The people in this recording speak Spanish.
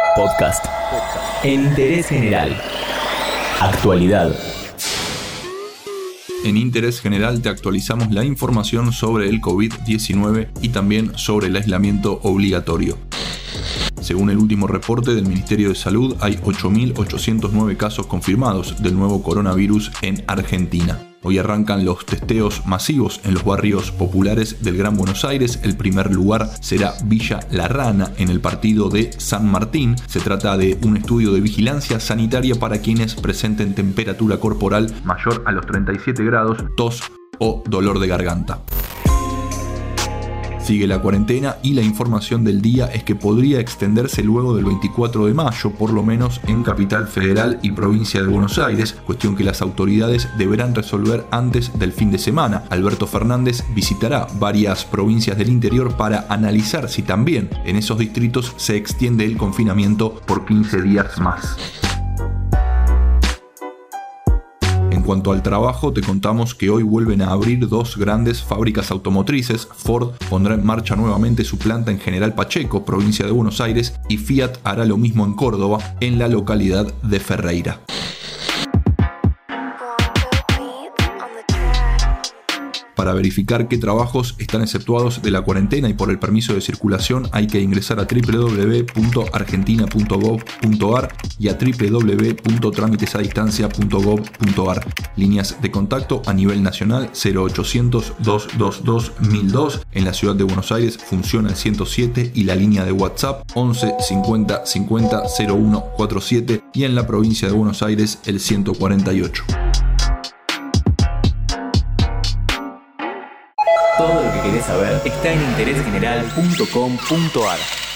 Podcast. En Interés General. Actualidad. En Interés General te actualizamos la información sobre el COVID-19 y también sobre el aislamiento obligatorio. Según el último reporte del Ministerio de Salud, hay 8.809 casos confirmados del nuevo coronavirus en Argentina. Hoy arrancan los testeos masivos en los barrios populares del Gran Buenos Aires. El primer lugar será Villa La Rana, en el partido de San Martín. Se trata de un estudio de vigilancia sanitaria para quienes presenten temperatura corporal mayor a los 37 grados, tos o dolor de garganta. Sigue la cuarentena y la información del día es que podría extenderse luego del 24 de mayo, por lo menos en Capital Federal y Provincia de Buenos Aires, cuestión que las autoridades deberán resolver antes del fin de semana. Alberto Fernández visitará varias provincias del interior para analizar si también en esos distritos se extiende el confinamiento por 15 días más. En cuanto al trabajo, te contamos que hoy vuelven a abrir dos grandes fábricas automotrices. Ford pondrá en marcha nuevamente su planta en General Pacheco, provincia de Buenos Aires, y Fiat hará lo mismo en Córdoba, en la localidad de Ferreira. Para verificar qué trabajos están exceptuados de la cuarentena y por el permiso de circulación hay que ingresar a www.argentina.gov.ar y a www.trámitesadistancia.gov.ar. Líneas de contacto a nivel nacional 0800 222 1002. En la ciudad de Buenos Aires funciona el 107 y la línea de WhatsApp 11 50 50 01 47 y en la provincia de Buenos Aires el 148. Todo lo que querés saber está en interésgeneral.com.ar.